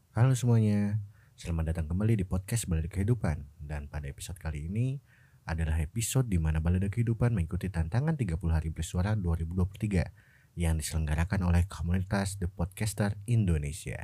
Halo semuanya, selamat datang kembali di podcast Balada Kehidupan. Dan pada episode kali ini adalah episode di mana Balada Kehidupan mengikuti tantangan 30 hari bersuara 2023 yang diselenggarakan oleh komunitas The Podcaster Indonesia.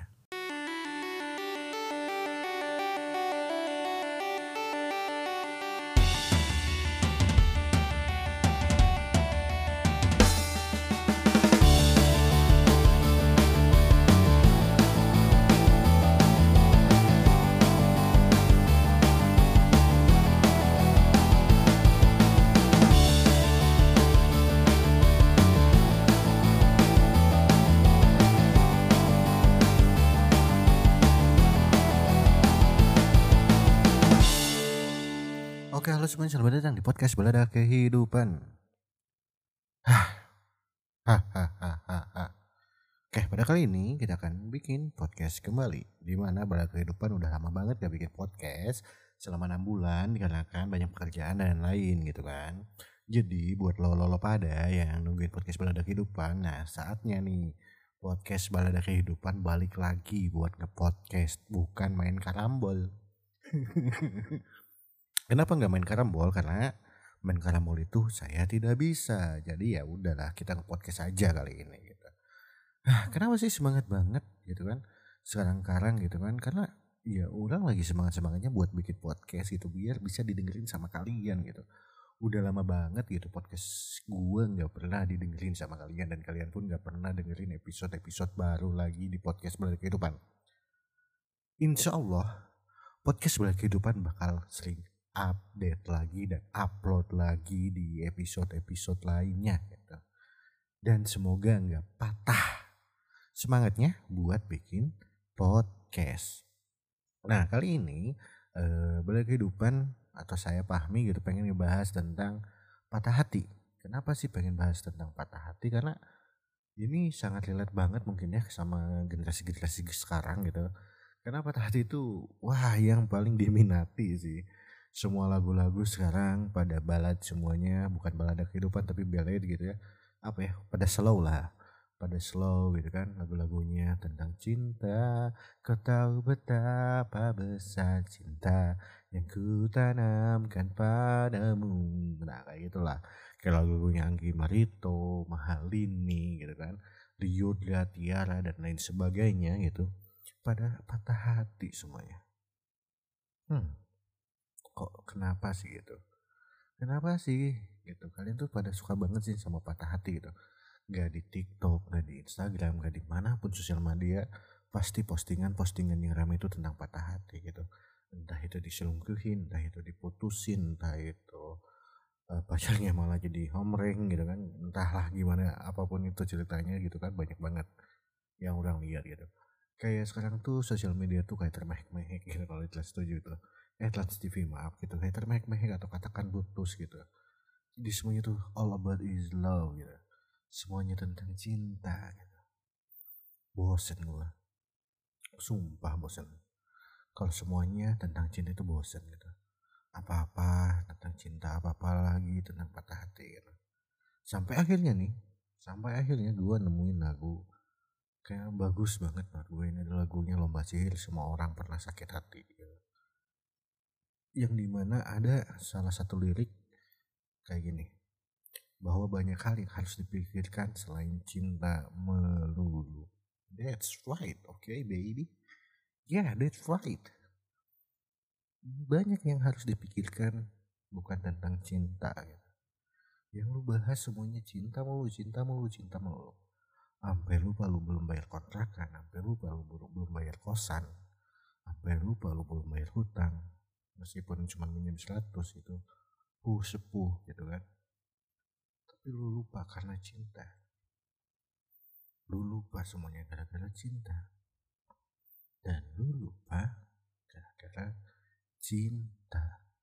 Oke, halo semuanya, selamat datang di podcast Balada Kehidupan. Hahaha. Oke, pada kali ini kita akan bikin podcast kembali, di mana Balada Kehidupan udah lama banget gak bikin podcast selama 6 bulan dikarenakan banyak pekerjaan dan lain gitu kan. Jadi buat lo pada yang nungguin podcast Balada Kehidupan, nah saatnya nih podcast Balada Kehidupan balik lagi buat nge-podcast, bukan main karambol. Kenapa nggak main karambol? Karena main karambol itu saya tidak bisa. Jadi ya udahlah, kita nge-podcast aja kali ini gitu. Kenapa sih semangat banget gitu kan? Sekarang-karang gitu kan? Karena ya orang lagi semangat-semangatnya buat bikin podcast gitu biar bisa didengerin sama kalian gitu. Udah lama banget gitu podcast gue nggak pernah didengerin sama kalian, dan kalian pun nggak pernah dengerin episode-episode baru lagi di podcast Balada Kehidupan. Insya Allah podcast Balada Kehidupan bakal sering update lagi dan upload lagi di episode-episode lainnya gitu. Dan semoga nggak patah semangatnya buat bikin podcast. Nah kali ini Balada Kehidupan atau saya Fahmi gitu pengen ngebahas tentang patah hati. Kenapa sih pengen bahas tentang patah hati? Karena ini sangat relate banget mungkin ya sama generasi-generasi sekarang gitu. Karena patah hati itu wah yang paling diminati sih. Semua lagu-lagu sekarang pada balad semuanya, bukan balada kehidupan tapi ballad gitu ya. Apa ya? Pada slow lah. Pada slow gitu kan lagu-lagunya tentang cinta. Kau tahu betapa besar cinta yang ku tanamkan padamu. Nah kayak gitulah. Kayak lagu-lagunya Anggi Marito, Mahalini gitu kan. Rio Tiara dan lain sebagainya gitu. Pada patah hati semuanya. Kok kenapa sih gitu? Kenapa sih gitu? Kalian tuh pada suka banget sih sama patah hati gitu. Gak di TikTok, gak di Instagram, gak di manapun sosial media, pasti postingan-postingan yang ramai itu tentang patah hati gitu. Entah itu diselingkuhin, entah itu diputusin, entah itu pacarnya malah jadi homreng gitu kan. Entahlah gimana, apapun itu ceritanya gitu kan, banyak banget yang orang lihat gitu. Kayak sekarang tuh sosial media tuh kayak termehek-mehek gitu kalau Atlas setuju tuh. Atlas TV maaf gitu, kayak termehek-mehek atau katakan putus gitu. Jadi semuanya tuh all about is love gitu. Semuanya tentang cinta gitu. Bosen gua. Sumpah bosen. Kalau semuanya tentang cinta itu bosen gitu. Apa-apa tentang cinta, apa-apa lagi tentang patah hati gitu. Sampai akhirnya nih, sampai akhirnya gua nemuin lagu kayak bagus banget menurut gue. Ini adalah lagunya Lomba Sihir, Semua Orang Pernah Sakit Hati gitu. Yang dimana ada salah satu lirik kayak gini, bahwa banyak hal yang harus dipikirkan selain cinta melulu. That's right, okay baby. Yeah, that's right. Banyak yang harus dipikirkan, bukan tentang cinta gitu. Yang lu bahas semuanya cinta mulu, cinta mulu, cinta mulu. Sampai lupa lu belum bayar kontrakan, sampai lupa lu belum bayar kosan, sampai lupa lu belum bayar hutang. Meskipun cuma minjem 100 itu sepuh gitu kan. Tapi lu lupa karena cinta. Lu lupa semuanya gara-gara cinta. Dan lu lupa gara-gara cinta.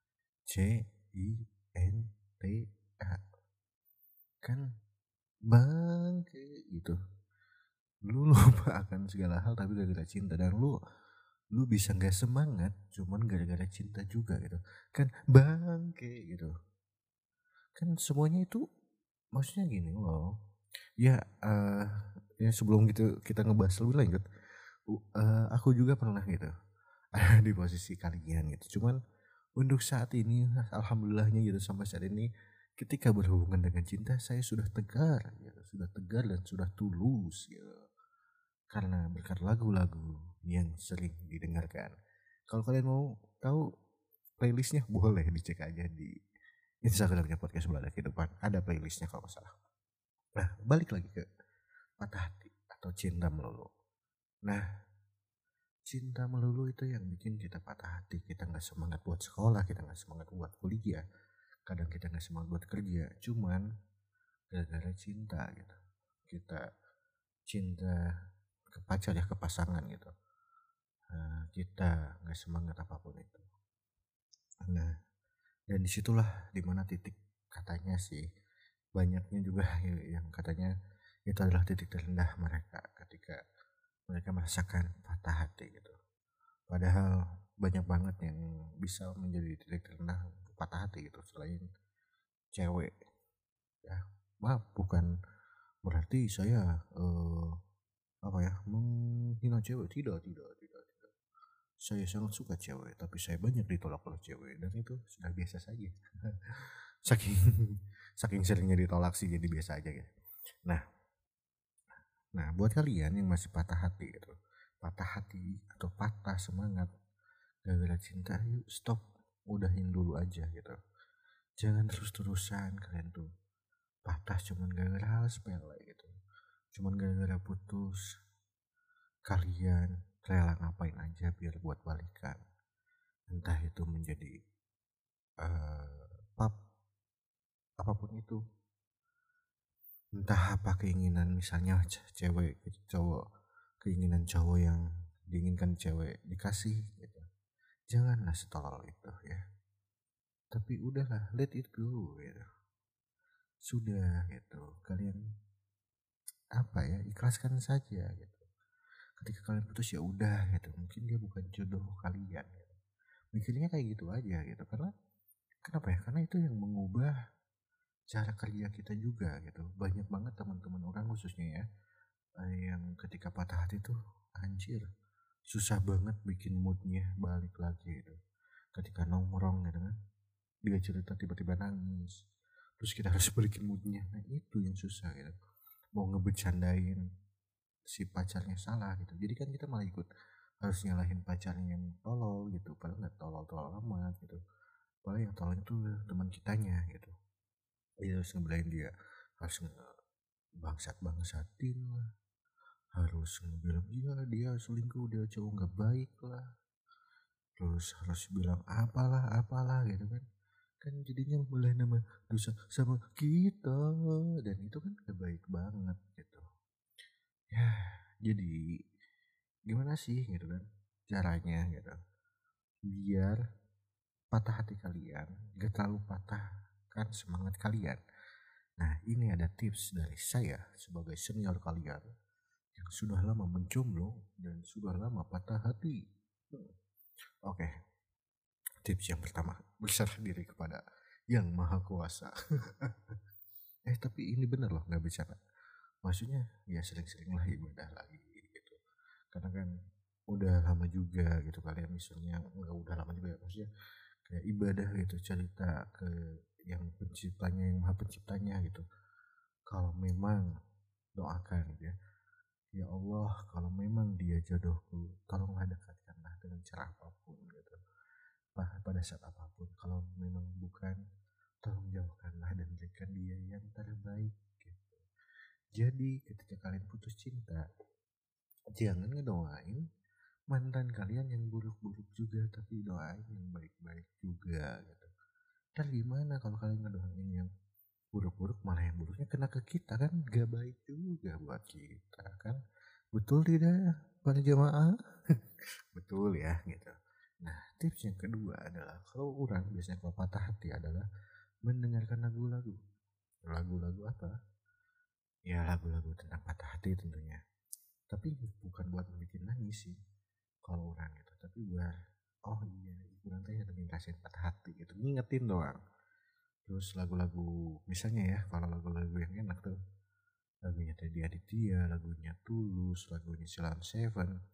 CINTA. Kan bangke gitu. Lu lupa akan segala hal tapi gara-gara cinta. Dan lu bisa gak semangat cuman gara-gara cinta juga gitu. Kan bangke gitu. Kan semuanya itu maksudnya gini loh. Ya, ya sebelum gitu kita ngebahas lebih lanjut, Aku juga pernah gitu ada di posisi kalian gitu. Cuman untuk saat ini alhamdulillahnya gitu sampai saat ini ketika berhubungan dengan cinta saya sudah tegar gitu, sudah tegar dan sudah tulus gitu. Karena berkat lagu-lagu yang sering didengarkan. Kalau kalian mau tahu playlistnya boleh dicek aja di Instagramnya podcast Belada Kehidupan. Ada playlistnya kalau nggak salah. Nah, balik lagi ke patah hati atau cinta melulu. Nah, cinta melulu itu yang bikin kita patah hati. Kita nggak semangat buat sekolah, kita nggak semangat buat kuliah. Kadang kita nggak semangat buat kerja. Cuman gara-gara cinta gitu. Kita cinta ke pacar ya, ke pasangan gitu. Kita nggak semangat apapun itu. Nah, dan disitulah dimana titik katanya sih banyaknya juga yang katanya itu adalah titik terendah mereka ketika mereka merasakan patah hati gitu. Padahal banyak banget yang bisa menjadi titik terendah patah hati gitu selain cewek ya. Maaf, bukan berarti saya apa ya menghina cewek, tidak. Saya sangat suka cewek, tapi saya banyak ditolak oleh cewek dan itu sudah biasa saja. saking saking seringnya ditolak sih jadi biasa aja gitu. Nah, nah buat kalian yang masih patah hati gitu, patah hati atau patah semangat gara-gara cinta, yuk stop, udahin dulu aja gitu. Jangan terus-terusan kalian tuh patah cuman gara-gara hal sepele gitu. Cuman gara-gara putus, kalian rela ngapain aja biar buat balikan. Entah itu menjadi pap apapun itu, entah apa keinginan misalnya cewek cowok, keinginan cowok yang diinginkan cewek dikasih gitu, janganlah setolol itu ya, tapi udahlah let it go gitu, sudah gitu kalian apa ya, ikhlaskan saja gitu. Ketika kalian putus ya udah gitu, mungkin dia bukan jodoh kalian gitu. Mikirnya kayak gitu aja gitu, karena kenapa ya, karena itu yang mengubah cara kerja kita juga gitu. Banyak banget teman-teman orang khususnya ya, yang ketika patah hati tuh anjir susah banget bikin moodnya balik lagi gitu. Ketika nongkrong gitu kan, dia cerita tiba-tiba nangis, terus kita harus balikin moodnya. Nah itu yang susah gitu, mau ngebecandain si pacarnya salah gitu, jadi kan kita malah ikut harus nyalahin pacarnya yang tolol gitu, padahal nggak tolol-tolol amat gitu. Padahal yang tolol itu teman kitanya gitu. Dia harus ngebelain dia, harus bangsat-bangsatin lah, harus bilang iya dia selingkuh, dia cowok nggak baik lah, terus harus bilang apalah apalah gitu kan. Kan jadinya malah nama dosa sama kita, dan itu kan gak baik banget gitu ya. Jadi gimana sih gitu kan caranya gitu biar patah hati kalian gak terlalu patahkan semangat kalian. Nah, ini ada tips dari saya sebagai senior kalian yang sudah lama menjomblo dan sudah lama patah hati. Oke, tips yang pertama, berserah diri kepada yang maha kuasa. Tapi ini bener loh, nggak bercanda. Maksudnya ya sering-seringlah ibadah lagi gitu. Karena kan udah lama juga gitu kalian, misalnya nggak udah lama juga ya, maksudnya kayak ibadah gitu, cerita ke yang penciptanya, yang maha penciptanya gitu. Kalau memang doakan gitu ya, ya Allah kalau memang dia jodohku tolonglah dekatkanlah dengan cara apapun gitu, pada saat apapun. Kalau memang bukan, tolong jauhkanlah dan berikan dia yang terbaik gitu. Jadi ketika kalian putus cinta, jangan ngedoain mantan kalian yang buruk-buruk juga, tapi doain yang baik-baik juga gitu. Ntar gimana kalau kalian ngedoain yang buruk-buruk, malah yang buruknya kena ke kita, kan gak baik juga buat kita kan. Betul tidak para jemaah? Betul ya gitu. Nah, tips yang kedua adalah kalau orang biasanya kalau patah hati adalah mendengarkan lagu-lagu. Lagu-lagu apa? Ya lagu-lagu tentang patah hati tentunya. Tapi bukan buat bikin nangis sih kalau orang gitu, tapi buat oh iya orang teh lagi ngerasain patah hati gitu, ngingetin doang. Terus lagu-lagu misalnya ya, kalau lagu-lagu yang enak tuh lagunya Teddy Aditya, lagunya Tulus, lagunya Silent Seven,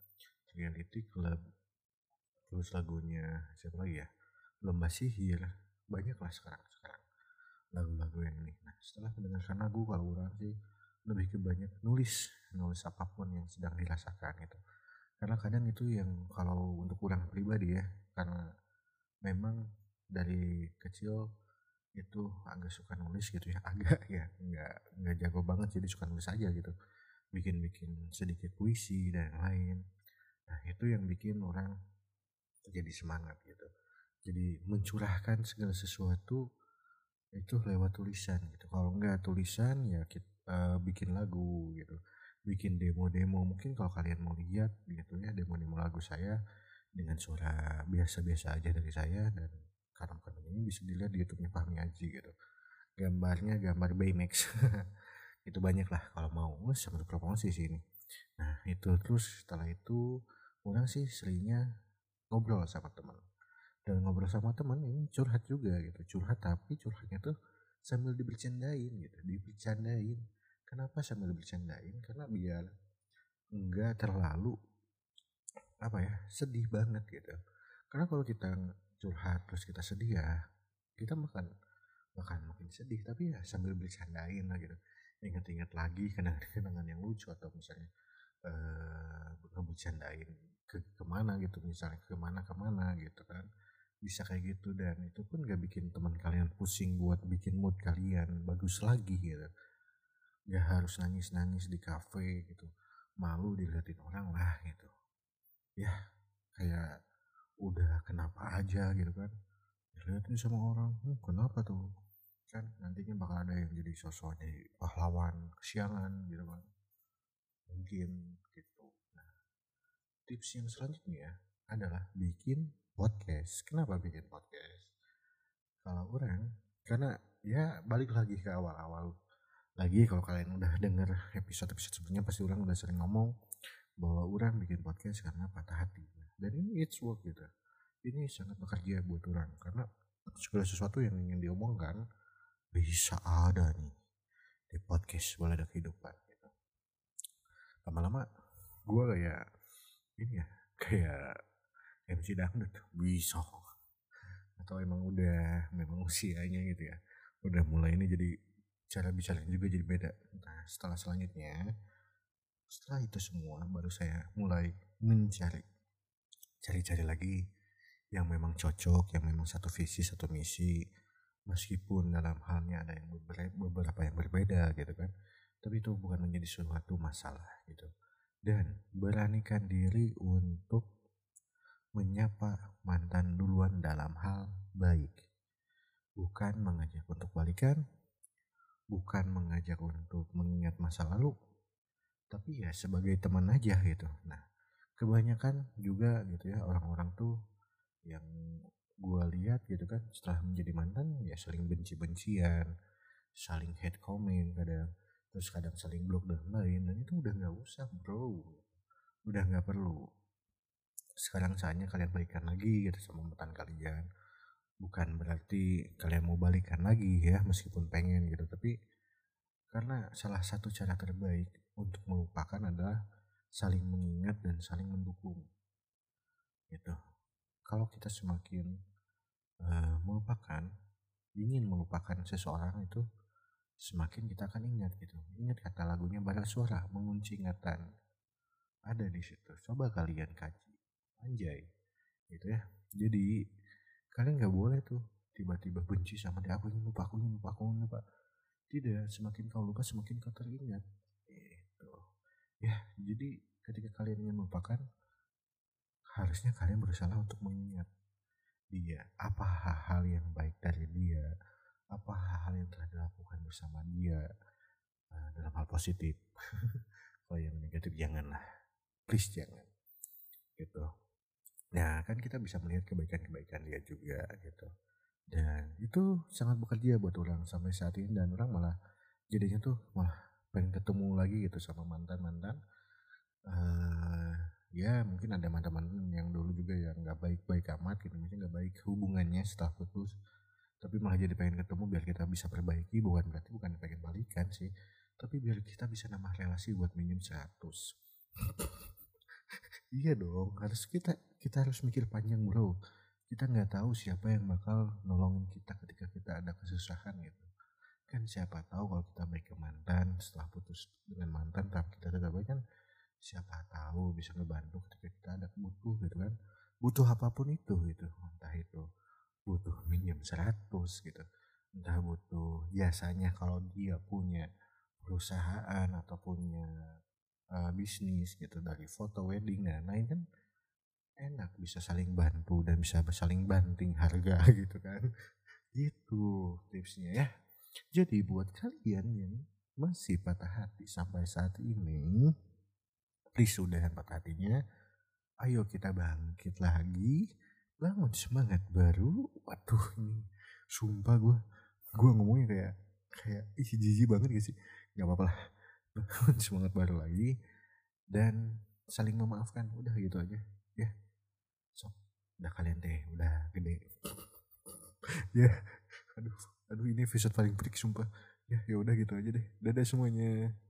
Reality Club, terus lagunya siapa lagi ya, Lomba Sihir, banyak lah sekarang lagu-lagu yang ini. Nah setelah mendengarkan lagu, kalau orang sih lebih ke banyak nulis apapun yang sedang dirasakan gitu. Karena kadang itu yang kalau untuk orang pribadi ya, karena memang dari kecil itu agak suka nulis gitu ya, agak ya nggak jago banget, jadi suka nulis aja gitu, bikin sedikit puisi dan lain. Nah itu yang bikin orang jadi semangat gitu, jadi mencurahkan segala sesuatu itu lewat tulisan gitu. Kalau nggak tulisan ya kita bikin lagu gitu, bikin demo-demo. Mungkin kalau kalian mau lihat gitu ya, demo-demo lagu saya dengan suara biasa-biasa aja dari saya, dan kadang-kadang ini bisa dilihat di YouTube-nya Fahmi Aji gitu. Gambarnya gambar Baymax. Itu banyak lah kalau mau. Sama promosi sih ini. Nah itu, terus setelah itu orang sih seringnya ngobrol sama teman. Dan ngobrol sama teman ini curhat juga gitu, curhat, tapi curhatnya tuh sambil dibercandain gitu, dibercandain. Kenapa sambil bercandain? Karena biar enggak terlalu apa ya, sedih banget gitu. Karena kalau kita curhat terus kita sedih ya, kita makan makin sedih. Tapi ya sambil bercandain lah gitu, ingat-ingat lagi kenangan-kenangan yang lucu, atau misalnya ngebercandain kemana gitu, misalnya kemana gitu kan, bisa kayak gitu. Dan itu pun gak bikin teman kalian pusing buat bikin mood kalian bagus lagi gitu, gak harus nangis-nangis di kafe gitu, malu diliatin orang lah gitu ya, kayak udah kenapa aja gitu kan, diliatin sama orang, kenapa tuh kan, nantinya bakal ada yang jadi sosok jadi pahlawan kesiangan gitu kan, mungkin gitu. Nah tips yang selanjutnya adalah bikin podcast. Kenapa bikin podcast? Kalau orang, karena ya balik lagi ke awal-awal lagi, kalau kalian udah denger episode-episode sebelumnya pasti orang udah sering ngomong bahwa orang bikin podcast karena patah hati. Dan ini it's work gitu. Ini sangat bekerja buat orang, karena segala sesuatu yang ingin diomongkan bisa ada nih di podcast Boleh Ada Kehidupan gitu. Lama-lama gue kayak ini ya, kayak MC dangdut bisa, atau emang udah memang usianya gitu ya, udah mulai ini, jadi cara bicara juga jadi beda. Nah setelah itu semua baru saya mulai cari lagi yang memang cocok, yang memang satu visi satu misi, meskipun dalam halnya ada yang beberapa yang berbeda gitu kan, tapi itu bukan menjadi suatu masalah gitu. Dan beranikan diri untuk menyapa mantan duluan dalam hal baik, bukan mengajak untuk balikan, bukan mengajak untuk mengingat masa lalu, tapi ya sebagai teman aja gitu. Nah kebanyakan juga gitu ya, orang-orang tuh yang gue lihat gitu kan, setelah menjadi mantan ya saling benci-bencian, saling hate comment kadang, terus kadang saling blok dan lain. Dan itu udah nggak usah bro, udah nggak perlu. Sekarang saatnya kalian balikan lagi gitu sama mantan kalian. Bukan berarti kalian mau balikan lagi ya, meskipun pengen gitu, tapi karena salah satu cara terbaik untuk melupakan adalah saling mengingat dan saling mendukung gitu. Kalau kita semakin melupakan, ingin melupakan seseorang itu, semakin kita akan ingat gitu. Ingat kata lagunya Bara Suara, mengunci ingatan, ada di situ. Coba kalian kaji, anjay, gitu ya. Jadi kalian nggak boleh tuh tiba-tiba benci sama dia, aku ingin lupa. Tidak, semakin kau lupa semakin kau teringat. Gitu. Ya, jadi ketika kalian ingin melupakan, harusnya kalian berusaha untuk mengingat dia, apa hal-hal yang baik dari dia, apa hal-hal yang telah dilakukan bersama dia, dalam hal positif. Kalau yang negatif janganlah, please jangan gitu. Nah kan kita bisa melihat kebaikan-kebaikan dia juga gitu, dan itu sangat bekerja buat orang sampai saat ini. Dan orang malah jadinya tuh malah pengen ketemu lagi gitu sama mantan-mantan. Ya mungkin ada mantan-mantan yang dulu juga yang nggak baik-baik amat gitu, maksudnya nggak baik hubungannya setelah putus, tapi malah jadi pengen ketemu biar kita bisa perbaiki. Bukan pengen balikan sih, tapi biar kita bisa nambah relasi buat minjem 100. Iya dong, harus kita harus mikir panjang bro. Kita nggak tahu siapa yang bakal nolongin kita ketika kita ada kesusahan gitu. Kan siapa tahu kalau kita baik ke mantan, setelah putus dengan mantan tapi kita tetap baik kan, siapa tahu bisa ngebantu ketika kita ada butuh gitu kan. Butuh apapun itu gitu, entah itu butuh minjem 100 gitu, entah butuh jasanya kalau dia punya perusahaan atau punya bisnis gitu dari foto wedding dan lain kan, enak bisa saling bantu dan bisa saling banting harga gitu kan. Itu tipsnya ya. Jadi buat kalian yang masih patah hati sampai saat ini, please udahan patah hatinya. Ayo kita bangkit lagi, bangun semangat baru. Waduh ini sumpah gue ngomongnya kayak kayak jijik banget gak sih? Gak apa-apa lah. Bangun semangat baru lagi dan saling memaafkan. Udah gitu aja. Ya, sok. Udah kalian teh, udah gede. Ya, aduh, aduh ini episode paling pelik sumpah. Ya, ya udah gitu aja deh. Dadah semuanya.